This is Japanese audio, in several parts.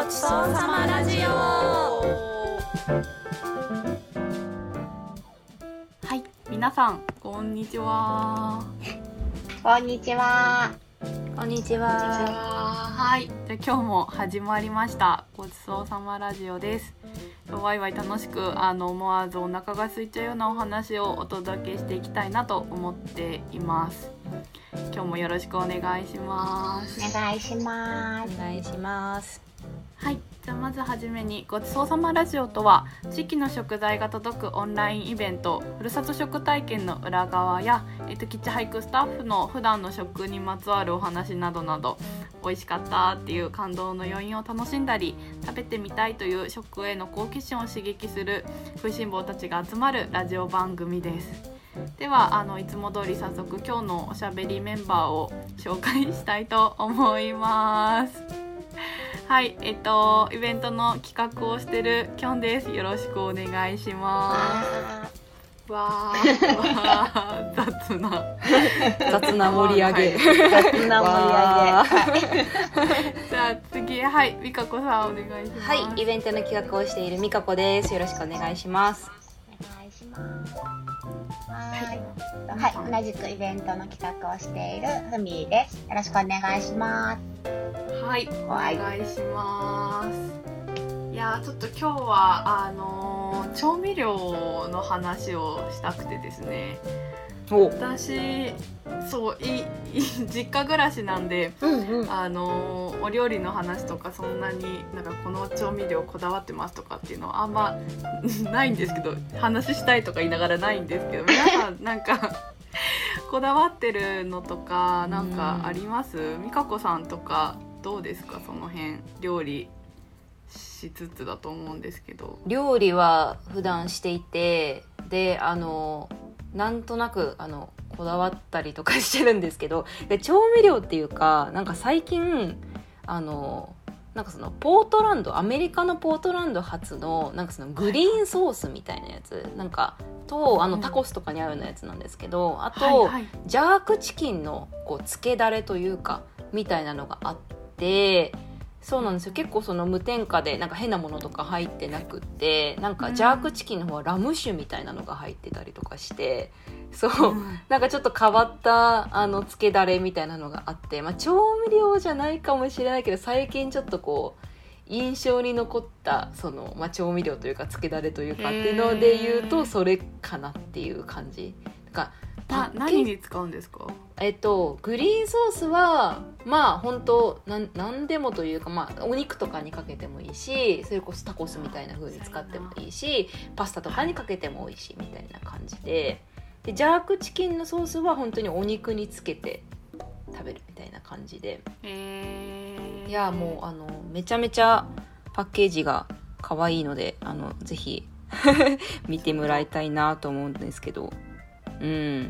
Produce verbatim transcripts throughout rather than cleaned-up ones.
ごちそうさまラジオ。 はい、皆さんこんにちは。 こんにちは。 こんにちは。 はい、じゃあ今日も始まりましたごちそうさまラジオです。ワイワイ楽しくあの思わずお腹が空いちゃうようなお話をお届けしていきたいなと思っています。今日もよろしくお願いします。 お願いします。 お願いします。 はい、じゃあまずはじめにごちそうさまラジオとは、地域の食材が届くオンラインイベント、ふるさと食体験の裏側や、えっと、キッチンハイクスタッフの普段の食にまつわるお話などなど、美味しかったっていう感動の余韻を楽しんだり、食べてみたいという食への好奇心を刺激する食いしん坊たちが集まるラジオ番組です。ではあのいつも通り早速今日のおしゃべりメンバーを紹介したいと思います。はい、えっとイベントの企画をしてるきょんです。よろしくお願いします。わーわー雑な雑な盛り上げ。 雑な盛り上げ。 じゃあ次、はい、みかこさんお願いします。 はい、イベントの企画をしているみかこです。よろしくお願いします。 お願いします。はい、はい、同じくイベントの企画をしているふみです。よろしくお願いします。 はい、お願いします。いやちょっと今日はあのー、調味料の話をしたくてですね。 お私そういい実家暮らしなんで、 うんうん、 あのー、お料理の話とかそんなになんかこの調味料こだわってますとかっていうのはあんまないんですけど、話したいとか言いながらないんですけど、皆さんなんかこだわってるのとかなんかあります？みかこさんとかどうですか、その辺。料理しつつだと思うんですけど。 料理は普段していて、であのなんとなくあのこだわったりとかしてるんですけど、で調味料っていうかなんか最近あのなんかそのポートランドアメリカのポートランド発のなんかそのグリーンソースみたいなやつなんかとあのタコスとかに合うようなやつなんですけど、あと、 はいはい、 ジャークチキンのこう漬けだれというかみたいなのがあって、そうなんですよ。結構その無添加でなんか変なものとか入ってなくって、なんかジャークチキンの方はラム酒みたいなのが入ってたりとかして、そう、うん、なんかちょっと変わったあの漬けだれみたいなのがあって、まあ、調味料じゃないかもしれないけど最近ちょっとこう印象に残ったその、まあ、調味料というか漬けだれというかっていうので言うとそれかなっていう感じ。だから何に使うんですか？ えっと、グリーンソースはまあ本当なん何でもというか、まあ、お肉とかにかけてもいいし、それこそタコスみたいな風に使ってもいいし、パスタとかにかけても美味しいみたいな感じで、でジャークチキンのソースは本当にお肉につけて食べるみたいな感じで、 えー、 いやもうあのめちゃめちゃパッケージが可愛いので、あのぜひ見てもらいたいなと思うんですけど、うん。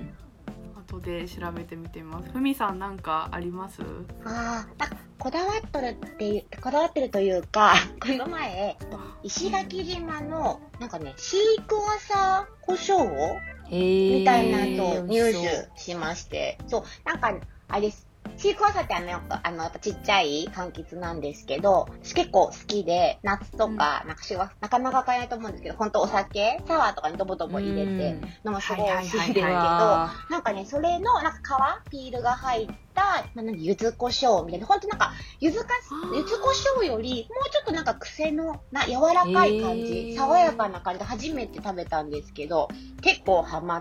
後で調べてみてみます。ふみさんなんかあります？ ああ、こだわってるっていうこだわってるというか、この前石垣島のなんかねシークワーサー胡椒みたいなのと入手しまして、そうなんかあれです。シークワーサーってあの、あのやっぱちっちゃい柑橘なんですけど、私結構好きで、夏とか、うん、なんかしわなかなか買えないと思うんですけど、本当お酒サワーとかにドボドボ入れてのもすごい美味しいんですけど、なんかねそれのなんか皮ピールが入った、まあ、なんか柚子胡椒みたいな、本当なんか柚子か柚子胡椒よりもうちょっとなんか癖のな柔らかい感じ、爽やかな感じで初めて食べたんですけど、結構ハマって。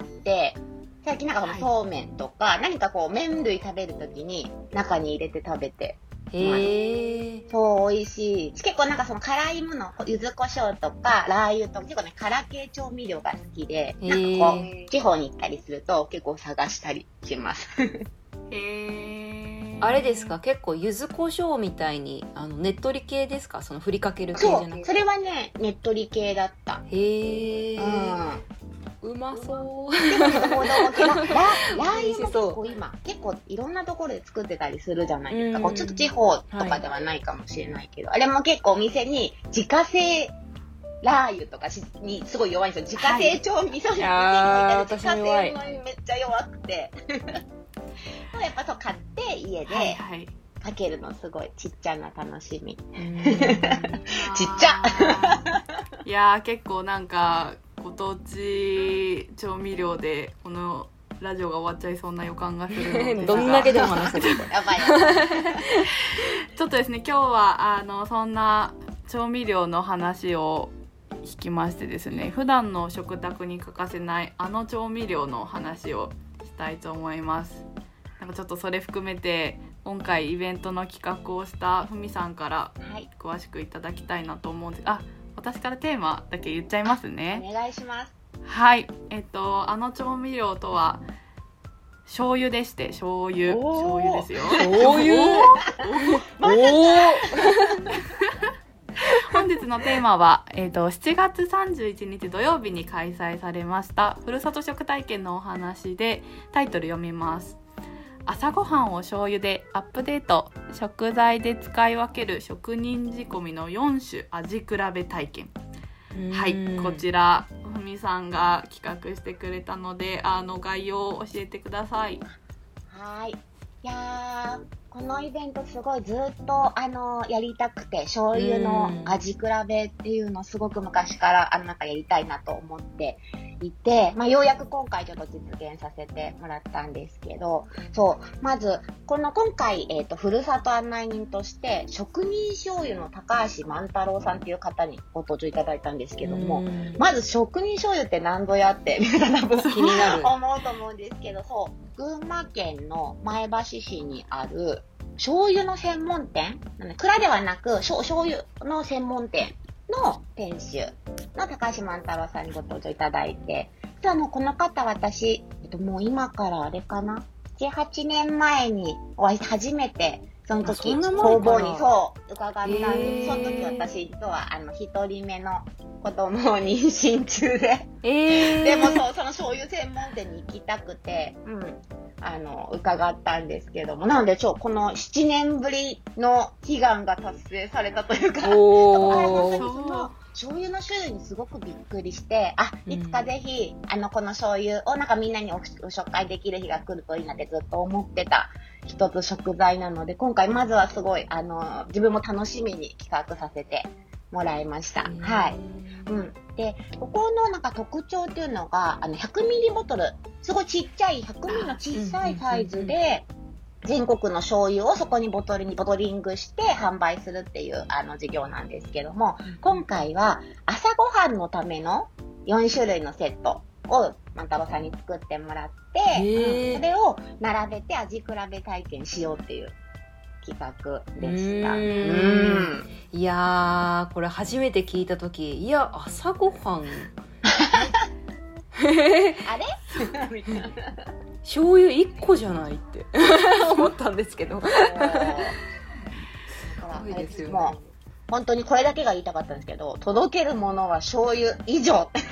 最近なんかそうめんとか、はい、何かこう麺類食べるときに中に入れて食べて、 へー、 そう美味しい。結構なんかその辛いもの、柚子胡椒とかラー油とか結構ね辛系調味料が好きで、なんかこう地方に行ったりすると結構探したりします。 へー、 あれですか、結構柚子胡椒みたいにあのねっとり系ですか、その振りかける系じゃなくて。 そう、それはねねっとり系だった。 へー、 うんうまそう。 でもね、ラー油も結構今結構いろんなところで作ってたりするじゃないですか。こうちょっと地方とかではないかもしれないけど、はい、あれも結構お店に自家製ラー油とかにすごい弱いんですよ。自家製調味料に自家製のめっちゃ弱くて。やっぱそう買って家でかけるのすごいちっちゃな楽しみ。ちっちゃいやー結構なんかご当地調味料でこのラジオが終わっちゃいそうな予感がするのでどんだけでも話せるやばいやばいちょっとですね今日はあのそんな調味料の話を引きましてですね、普段の食卓に欠かせないあの調味料の話をしたいと思います。なんかちょっとそれ含めて今回イベントの企画をしたふみさんから詳しくいただきたいなと思うんです、はい、あ、私からテーマだけ言っちゃいますね。 お願いします。 はい、えっとあの調味料とは醤油でして、醤油醤油ですよ。 醤油おお本日のテーマは、えー、としちがつさんじゅういちにち土曜日に開催されましたふるさと食体験のお話で、タイトル読みます。朝ごはんを醤油でアップデート、食材で使い分ける職人仕込みのよん種味比べ体験。はい、こちらふみさんが企画してくれたので、あの概要を教えてください。 はい、いやーこのイベントすごいずっとあのやりたくて、醤油の味比べっていうのをすごく昔からあのなんかやりたいなと思っていて、まあ、ようやく今回ちょっと実現させてもらったんですけど、そうまずこの今回、えーと、ふるさと案内人として職人醤油の高橋万太郎さんっていう方にご登場いただいたんですけども、まず職人醤油って何ぞやって皆さん多分気になる思うと思うんですけど、そう群馬県の前橋市にある醤油の専門店、蔵ではなく醤油の専門店の店主の高橋万太郎さんにご登場いただいて、あのこの方私、えっと、もう今からあれかなななはちねんまえにお会い初めてその時工房にそう伺ったんです。その時私実はあの一人目の子供を妊娠中で、えー、でもそうその醤油専門店に行きたくて、うん、あの伺ったんですけども、なのでちょこのなねんぶりの悲願が達成されたというか、おーその醤油の種類にすごくびっくりして、あ、いつかぜひ、うん、あのこの醤油をなんかみんなにお紹介できる日が来るといいなってずっと思ってた一つ食材なので、今回まずはすごいあの自分も楽しみに企画させてもらいました。はい。うん。で、ここのなんか特徴っていうのが、あのひゃくミリボトル、すごいちっちゃいひゃくミリの小さいサイズで、全国の醤油をそこにボトルにボトリングして販売するっていうあの事業なんですけども、今回は朝ごはんのためのよんしゅるいのセットを万太郎さんに作ってもらって、それを並べて味比べ体験しようっていう企画でした。うんうんいやーこれ初めて聞いたとき、いや朝ごはんあれ醤油いっこじゃないって思ったんですけどすごいですよね。もう本当にこれだけが言いたかったんですけど、届けるものは醤油以上ね、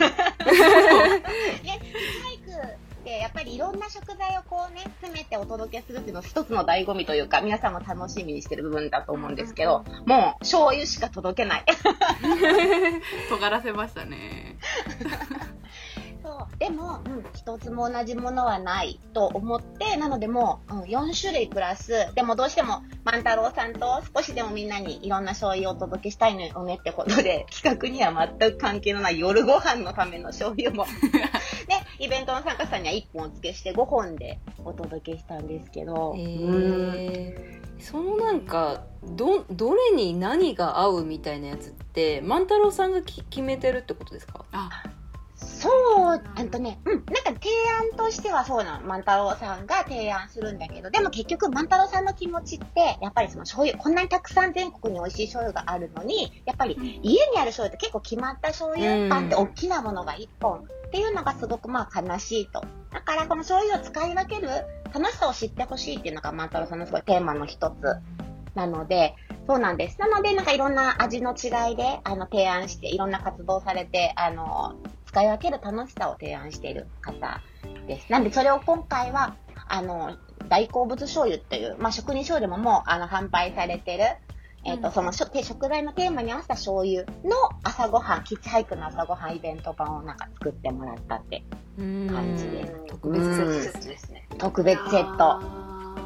でやっぱりいろんな食材をこうね詰めてお届けするっていうのは一つの醍醐味というか、皆さんも楽しみにしてる部分だと思うんですけど、もう醤油しか届けない尖らせましたねそうでも、うん、一つも同じものはないと思って、なのでもう、うん、よんしゅるいプラス、でもどうしても万太郎さんと少しでもみんなにいろんな醤油をお届けしたいのよねってことで、企画には全く関係のない夜ご飯のための醤油もでイベントの参加者さんにはいっぽんお付けしてごほんでお届けしたんですけど、 へー、そのなんか ど, どれに何が合うみたいなやつって万太郎さんがき決めてるってことですか？ あそう、あとね、うん、なんか提案としてはそうなの、万太郎さんが提案するんだけど、でも結局万太郎さんの気持ちって、やっぱりその醤油、こんなにたくさん全国に美味しい醤油があるのに、やっぱり家にある醤油って結構決まった醤油パンって大きなものがいっぽんっていうのがすごくまあ悲しいと。だからこの醤油を使い分ける楽しさを知ってほしいっていうのが万太郎さんのすごいテーマの一つなので、そうなんです。なのでなんかいろんな味の違いであの提案していろんな活動されて、あの使い分ける楽しさを提案している方です。なんでそれを今回はあの大好物醤油っていう、まあ、職人醤油でももうあの販売されてる、えーとうん、その食材のテーマに合わせた醤油の朝ごはん、キッチハイクの朝ごはんイベント版をなんか作ってもらったって感じです。 特別セットですね。 特別セット。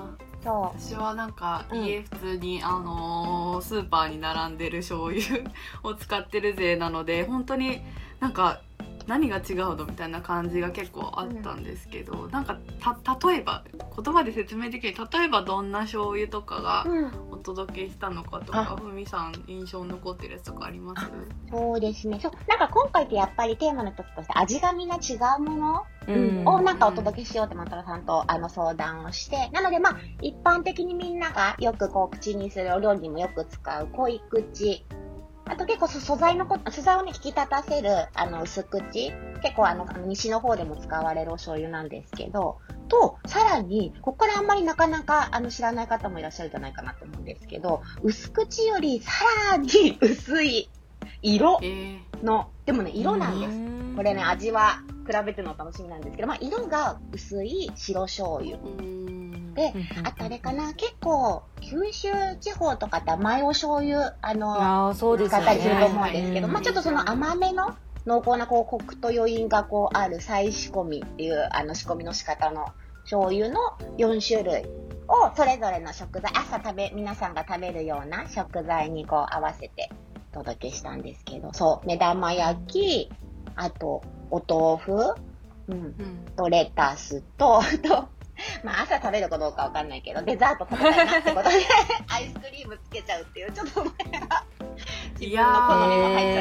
そう私はなんか家普通に、うん、あのー、スーパーに並んでる醤油を使ってるぜなので本当になんか何が違うのみたいな感じが結構あったんですけど、うん、なんかた例えば言葉で説明できる例えばどんな醤油とかがお届けしたのかとか、うん、ふみさん印象に残ってるやつとかあります？ そうですね、そうなんか今回ってやっぱりテーマの一つとして味がみんな違うもの、うん、をなんかお届けしようって万太郎さんとあの相談をして、なのでまあ一般的にみんながよくこう口にするお料理にもよく使う濃い口、あと結構素材のこ素材をね引き立たせるあの薄口、結構あの西の方でも使われるお醤油なんですけど、とさらにここからあんまりなかなかあの知らない方もいらっしゃるんじゃないかなと思うんですけど、薄口よりさらに薄い色の、えー、でもね色なんです。これね味は比べてのお楽しみなんですけど、まあ色が薄い白醤油。で、あとあれかな、結構九州地方とかって甘いお醤油あのあそうです、ね、 使ったりすると思うんですけど、まあちょっとその甘めの濃厚なこうコクと余韻がこうある再仕込みっていうあの仕込みの仕方の醤油のよん種類をそれぞれの食材、朝食べ皆さんが食べるような食材にこう合わせてお届けしたんですけど、そう目玉焼き、あとお豆腐、うん、うん、とレタスととまあ朝食べるかどうかわかんないけどデザート食べたいなってことでアイスクリームつけちゃうっていうちょっと前が自分の好みも入っちゃったん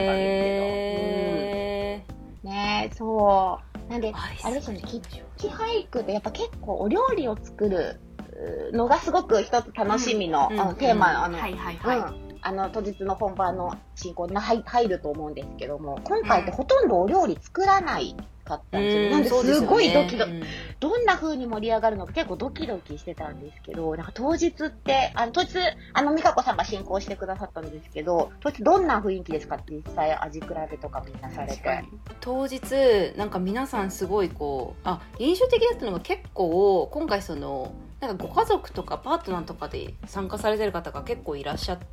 ですけど、うん、ねえそうなんであれですね、キッチハイクでやっぱ結構お料理を作るのがすごく一つ楽しみの、うん、あのテーマのあの、はいはいはい、うんあの当日の本番の進行に入ると思うんですけども、今回ってほとんどお料理作らないかったんですよ、うん、なんですごいドキドキ、うん、どんな風に盛り上がるのか結構ドキドキしてたんですけど、なんか当日ってあの当日あの美香子さんが進行してくださったんですけど、当日どんな雰囲気ですかって実際味比べとかみんなされて、 当日なんか皆さんすごいこうあ印象的だったのが結構今回そのなんかご家族とかパートナーとかで参加されてる方が結構いらっしゃって、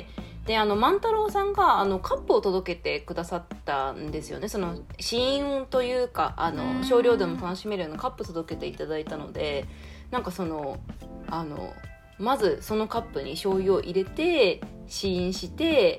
であの万太郎さんがあのカップを届けてくださったんですよね。その試飲というかあの少量でも楽しめるようなカップ届けていただいたので、なんかそのあのまずそのカップに醤油を入れて試飲して、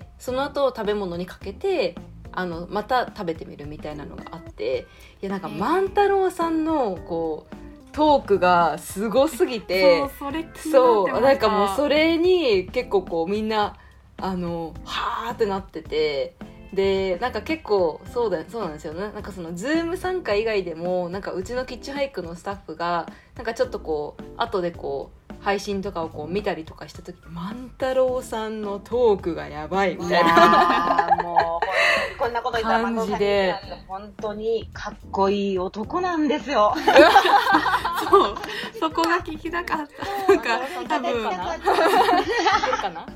その後食べ物にかけてあのまた食べてみるみたいなのがあって、いやなんか万太郎さんのこうトークがすごすぎて、 そうそれそうなんかもうそれに結構こうみんなあのはーってなってて、でなんか結構そうだそうなんですよね。なんかそのズーム参加以外でもなんかうちのキッチンハイクのスタッフがなんかちょっとこう後でこう配信とかをこう見たりとかした時、万太郎さんのトークがやばいみたいなもうこんなこと言ったら感じで本当にかっこいい男なんですよそうそこが聞きたかったなんか多分かなかな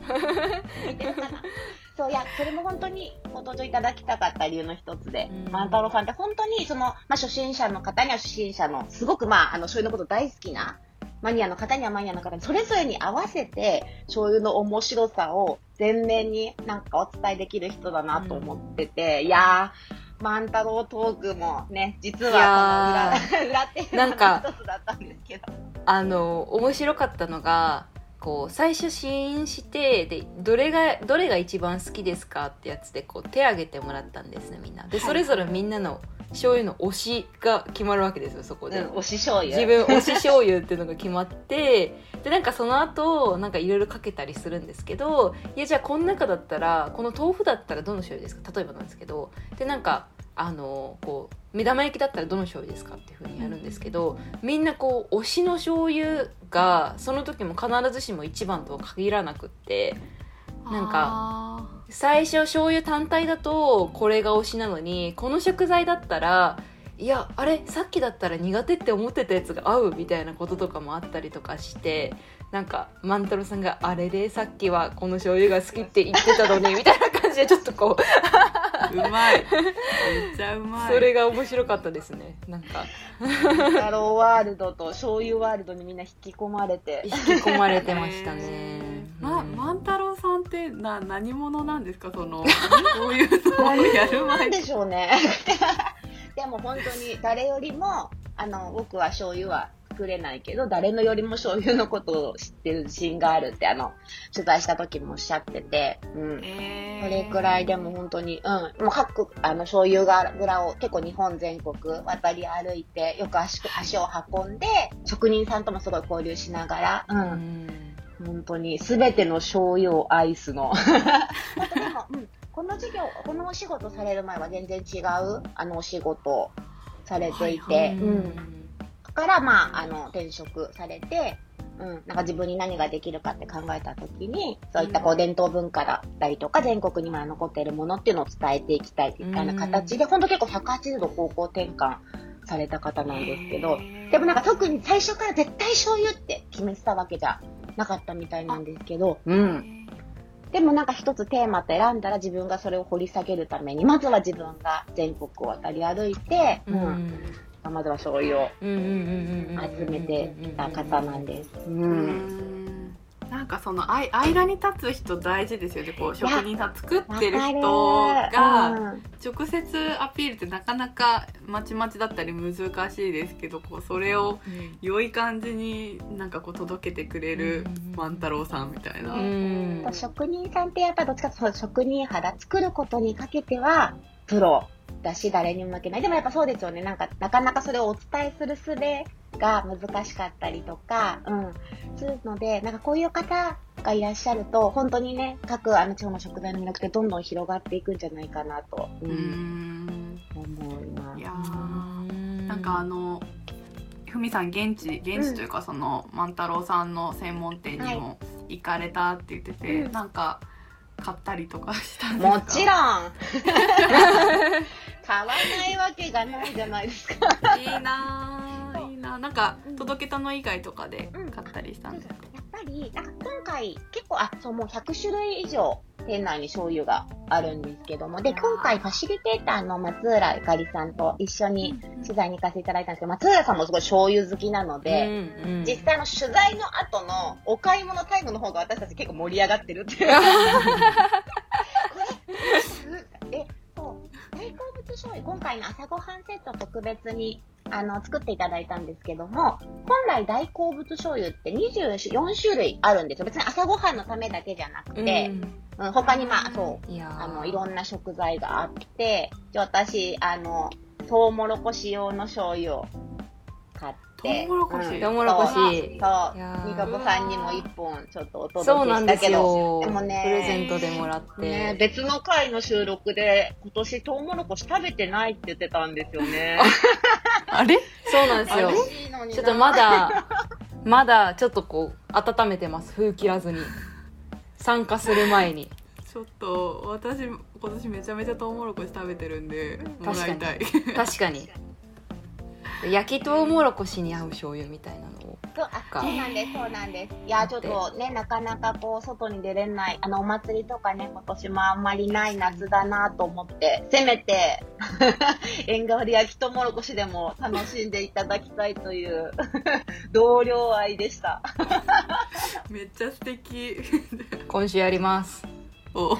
そういやそれも本当にご登場いただきたかった理由の一つで、万太郎さんって本当にその、まあ、初心者の方には初心者のすごくまああの醤油のこと大好きなマニアの方にはマニアの方にそれぞれに合わせて醤油の面白さを前面になんかお伝えできる人だなと思ってて、うん、いやー万太郎トークもね実はこの 裏, 裏っていうのが一つだったんですけど、 あの面白かったのがこう最初試飲してでどれがどれが一番好きですかってやつでこう手挙げてもらったんですねみんなで、それぞれみんなの醤油の推しが決まるわけですよそこで、 うん、推し醤油自分推し醤油っていうのが決まってでなんかその後なんかいろいろかけたりするんですけど、いやじゃあこの中だったらこの豆腐だったらどの醤油ですか例えばなんですけど、でなんかあのこう目玉焼きだったらどの醤油ですかっていう風にやるんですけど、うん、みんなこう推しの醤油がその時も必ずしも一番とは限らなくって、なんか最初醤油単体だとこれが推しなのにこの食材だったらいやあれさっきだったら苦手って思ってたやつが合うみたいなこととかもあったりとかして、なんか万太郎さんがあれでさっきはこの醤油が好きって言ってたのにみたいな感じでちょっとこううまいめっちゃうまい、 それが面白かったですね。なんか万太郎ワールドと醤油ワールドにみんな引き込まれて引き込まれてましたね。 ま、万太郎さんってな何者なんですかそのこういうのをやる前なんでしょうねでも本当に誰よりもあの僕は醤油は作れないけど、誰のよりも醤油のことを知ってる自信があるって、あの、取材した時もおっしゃってて、うん。えー、それくらいでも本当に、うん。もう各、あの、醤油蔵を結構日本全国渡り歩いて、よく足、足を運んで、職人さんともすごい交流しながら、うん。うん本当に全ての醤油を愛すの。本当でも、うん、この授業、このお仕事される前は全然違うあのお仕事をされていて、はいはい、うん。だからまああの転職されて、うん、なんか自分に何ができるかって考えたときに、そういったこう伝統文化だったりとか、全国にまだ残っているものっていうのを伝えていきたいみたいな形で、本当結構ひゃくはちじゅうど方向転換された方なんですけど、でもなんか特に最初から絶対醤油って決めてたわけじゃなかったみたいなんですけど、うん。でもなんか一つテーマと選んだら自分がそれを掘り下げるために、まずは自分が全国を渡り歩いて、うん。まずは醤油を集めてきた方なんです。うん。 なんかその間に立つ人大事ですよね。こう職人さん作ってる人が直接アピールってなかなかまちまちだったり難しいですけど、こうそれを良い感じになんかこう届けてくれる万太郎さんみたいな。 うん職人さんってやっぱどっちかというと職人肌作ることにかけてはプロだし誰にも負けない。でもやっぱそうですよね。なんかなかなかそれをお伝えする術が難しかったりとか、うん、するので、なんかこういう方がいらっしゃると本当にね、各あの地方の食材の魅力ってどんどん広がっていくんじゃないかなと、うん、うーん思います。いやなんかあのふみさん現地現地というか、うん、その万太郎さんの専門店にも行かれたって言ってて、はい、なんか買ったりとかしたんですか？ もちろん買わないわけがないじゃないですか。 いいないいな。なんか届けたの以外とかで買ったりしたんですか？ うん、やっぱりなんか今回結構あそうもうひゃくしゅるい以上店内に醤油があるんですけども、で今回ファシリテーターの松浦ゆかりさんと一緒に取材に行かせていただいたんですけど、松浦さんもすごい醤油好きなので、うんうん、実際の取材の後のお買い物タイムの方が私たち結構盛り上がってるっていう。これえそう大好物醤油今回の朝ごはんセット特別にあの作っていただいたんですけども、本来大好物醤油ってにじゅうよんしゅるいあるんですよ。別に朝ごはんのためだけじゃなくて、うんうん、他にまあそういあのいろんな食材があって、私あのトウモロコシ用の醤油を買って、 トウモロコシ、 トウモロコシ、そうみかこさんにもいっぽんちょっとお届けしたけど、 でもねプレゼントでもらって、 ね、別の回の収録で今年トウモロコシ食べてないって言ってたんですよね。 あれ？そうなんですよ。ちょっとまだまだちょっとこう温めてます。封切らずに参加する前に。 ちょっと私今年めちゃめちゃトウモロコシ食べてるんでもらいたい。 確かに焼きトウモロコシに合う醤油みたいなのをそうあそうなんですそうなんです。いやちょっとねなかなかこう外に出れないあのお祭りとかね今年もあんまりない夏だなと思って、せめて縁側で焼きトウモロコシでも楽しんでいただきたいという同僚愛でした。 めっちゃ素敵。 今週やります。お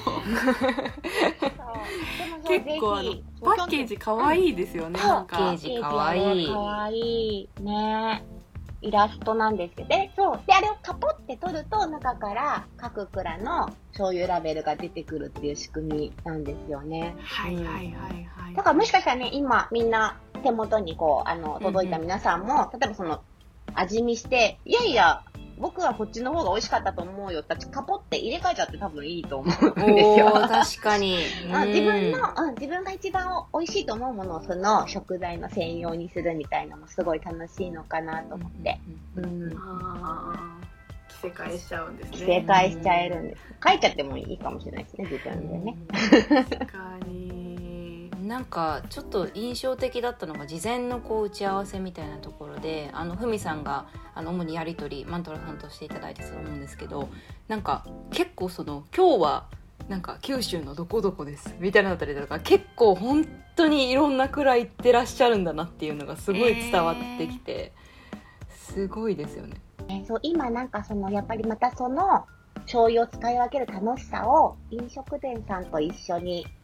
結構あのパッケージ可愛いですよね。なんかパッケージ可愛い可愛いね。イラストなんですけど、でそうであれをカポって取ると中から各蔵の醤油ラベルが出てくるっていう仕組みなんですよね。 はいはいはいはい。 うん、だからもしかしたらね今みんな手元にこうあの届いた皆さんも、うんうん、例えばその味見していやいや僕はこっちの方が美味しかったと思うよってカポって入れ替えちゃって多分いいと思うんですよ。 お確かに、 うん、自分の、うん、自分が一番美味しいと思うものをその食材の専用にするみたいなのもすごい楽しいのかなと思って、うんうんうん、 あ着せ替えしちゃうんですね。 着せ替えしちゃえるんです。書いちゃってもいいかもしれないですね自分でね。 確かになんかちょっと印象的だったのが事前のこう打ち合わせみたいなところで、あのふみさんがあの主にやり取り万太郎さんとしていただいてたと思うんですけど、なんか結構その今日はなんか九州のどこどこですみたいなのだったりとか、結構本当にいろんなくらい行ってらっしゃるんだなっていうのがすごい伝わってきて、すごいですよね。 えそう今なんかそのやっぱりまたその醤油を使い分ける楽しさを飲食店さんと一緒に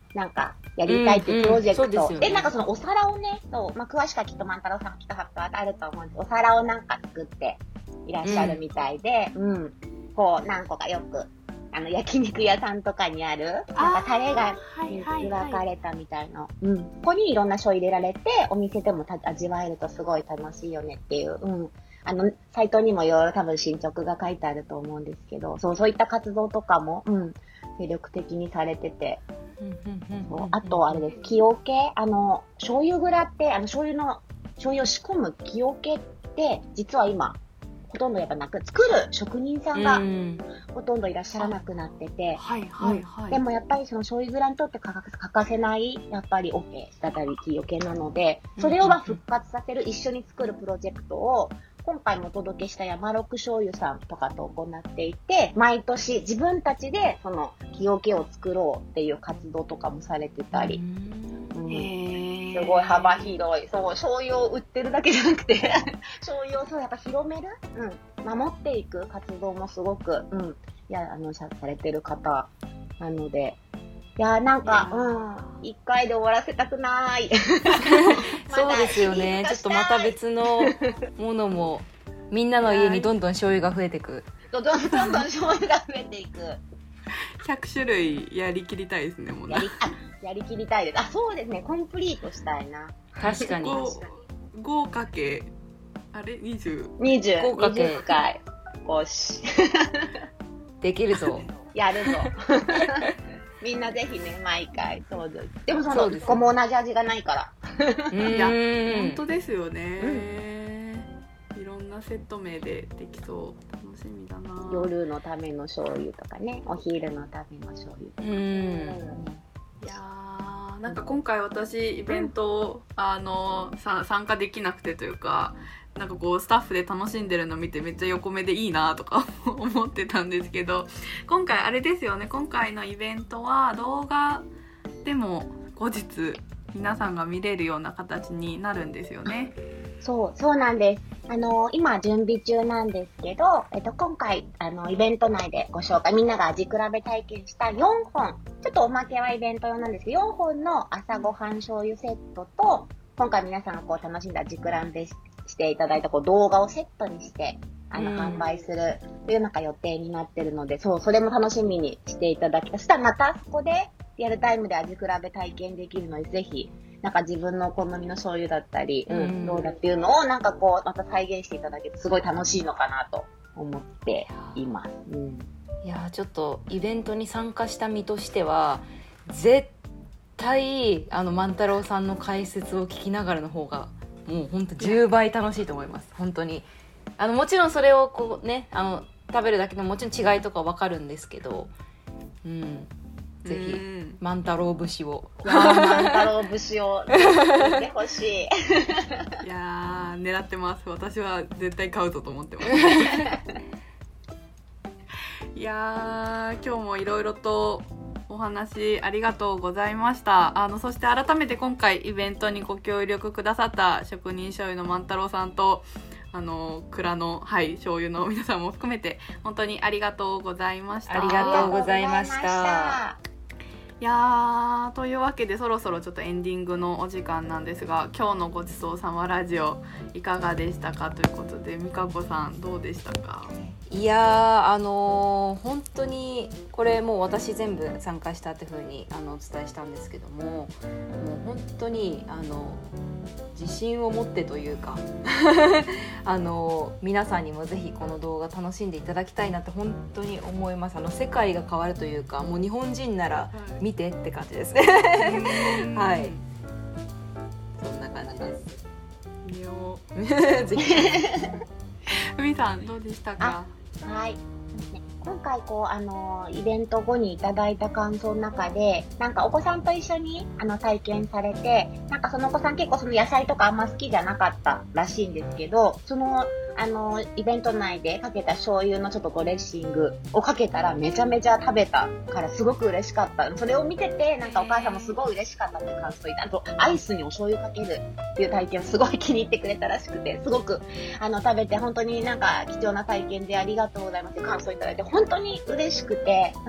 なんかやりたいっていうプロジェクト、 うんうん、で, で, でなんかそのお皿をね、そう、まあ、詳しくはきっと万太郎さんがきっと発表あると思うんですけど、お皿をなんか作っていらっしゃるみたいで、うん、うん、こう何個かよくあの焼肉屋さんとかにあるなんかタレが描かれたみたいな、はいはいはい、うん、ここにいろんな醤油入れられてお店でもた味わえるとすごい楽しいよねっていう、うん、あのサイトにもいろいろ多分進捗が書いてあると思うんですけど、そうそういった活動とかも、うん、精力的にされてて、そうあとあれです、木桶、あの醤油蔵ってあの醤油の醤油を仕込む木桶って実は今ほとんどやっぱなく、作る職人さんがほとんどいらっしゃらなくなってて、 はいはいはい、うん、 でもやっぱりその醤油蔵にとって欠かせないやっぱり桶だったり木桶なので、それを復活させる、一緒に作るプロジェクトを今回もお届けした山六醤油さんとかと行っていて、毎年自分たちでその木桶を作ろうっていう活動とかもされてたり、うん、へすごい幅広い、そう醤油を売ってるだけじゃなくて醤油をそうやっぱ広める、うん、守っていく活動もすごく、うん、いやあのされてる方なので、いやなんかうん一回で終わらせたくないそうですよね。ちょっとまた別のものもみんなの家にどんどん醤油が増えていくどんどんどんどん醤油が増えていくひゃく種類やりきりたいですね。もうやりあやりきりたいです。あそうですね、コンプリートしたいな。 確かにごかけ あれにじゅうにじゅう にじゅっかいよしできるぞやるぞみんなぜひね毎回そうです。でもその一個も同じ味がないからいや本当ですよね、うん、いろんなセット名でできそう楽しみだな。 夜のための醤油とかね、お昼のための醤油とか、うん、 いやーなんか今回私イベントを、うん、あのさ参加できなくてというか、なんかこうスタッフで楽しんでるの見てめっちゃ横目でいいなとか思ってたんですけど、今回あれですよね、今回のイベントは動画でも後日皆さんが見れるような形になるんですよね。 そうそうなんです。あの今準備中なんですけど、えっと、今回あのイベント内でご紹介、みんなが味比べ体験したよんほん、ちょっとおまけはイベント用なんですけどよんほんの朝ごはん醤油セットと、今回皆さんがこう楽しんだ味比べしていただいたこう動画をセットにしてあの、うん、販売するというなんか予定になってるので、そうそれも楽しみにしていただきたい。そしたらまたそこでリアルタイムで味比べ体験できるので、ぜひなんか自分のお好みの醤油だったり、うん、どうだっていうのをなんかこうまた再現していただけるとすごい楽しいのかなと思っています。うん、 いやちょっとイベントに参加した身としては絶対あの万太郎さんの解説を聞きながらの方がもう本当じゅうばい楽しいと思います。本当にあのもちろんそれをこうねあの食べるだけでももちろん違いとか分かるんですけど、うん、ぜひ万太郎節を万太郎節を聞いてほしいいやー狙ってます。私は絶対買うぞと思ってますいやー今日もいろいろとお話ありがとうございました。あのそして改めて今回イベントにご協力くださった職人醤油の万太郎さんとあの蔵の、はい、醤油の皆さんも含めて本当にありがとうございました。 ありがとうございました。 いやーというわけでそろそろちょっとエンディングのお時間なんですが、今日のごちそうさまラジオいかがでしたかということで、美香子さんどうでしたか？ いやーあのー、本当にこれもう私全部参加したっていう風にあのお伝えしたんですけども、もう本当にあの自信を持ってというかあの皆さんにもぜひこの動画楽しんでいただきたいなって本当に思います。あの世界が変わるというか、もう日本人なら見てって感じですねはい、そんな感じです。 見ようぜひ海さんどうでしたか？ はい、今回こうあのイベント後にいただいた感想の中で、なんかお子さんと一緒にあの体験されて、なんかそのお子さん結構その野菜とかあんま好きじゃなかったらしいんですけど、そのあのイベント内でかけた醤油のちょっとドレッシングをかけたらめちゃめちゃ食べたからすごく嬉しかった。それを見ててなんかお母さんもすごい嬉しかったっていう感想を言って、あとアイスにお醤油かけるっていう体験をすごい気に入ってくれたらしくて、すごくあの食べて本当になんか貴重な体験でありがとうございますって感想をいただいて本当に嬉しくて、うん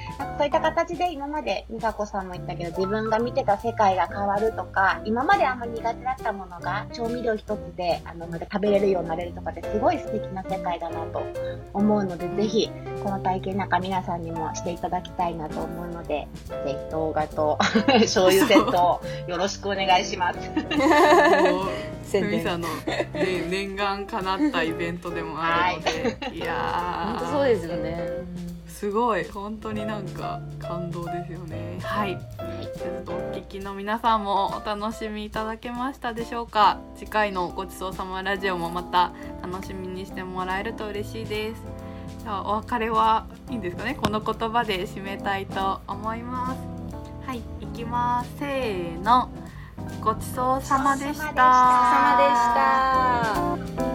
なんかそういった形で今まで美香子さんも言ったけど、自分が見てた世界が変わるとか、今まであんまり苦手だったものが調味料一つであのまた食べれるようになれるとかってすごい素敵な世界だなと思うので、ぜひこの体験なんか皆さんにもしていただきたいなと思うので、ぜひ動画と醤油セットをよろしくお願いします。 ふみさんの、ね、念願叶ったイベントでもあるので、はい、いや本当そうですよね。 すごい本当になんか感動ですよね。はい、ちょっとお聞きの皆さんもお楽しみいただけましたでしょうか。次回のごちそうさまラジオもまた楽しみにしてもらえると嬉しいです。じゃあお別れはいいんですかね。この言葉で締めたいと思います。はい、いきます。せーの、ごちそうさまでした。 ごちそうさまでした。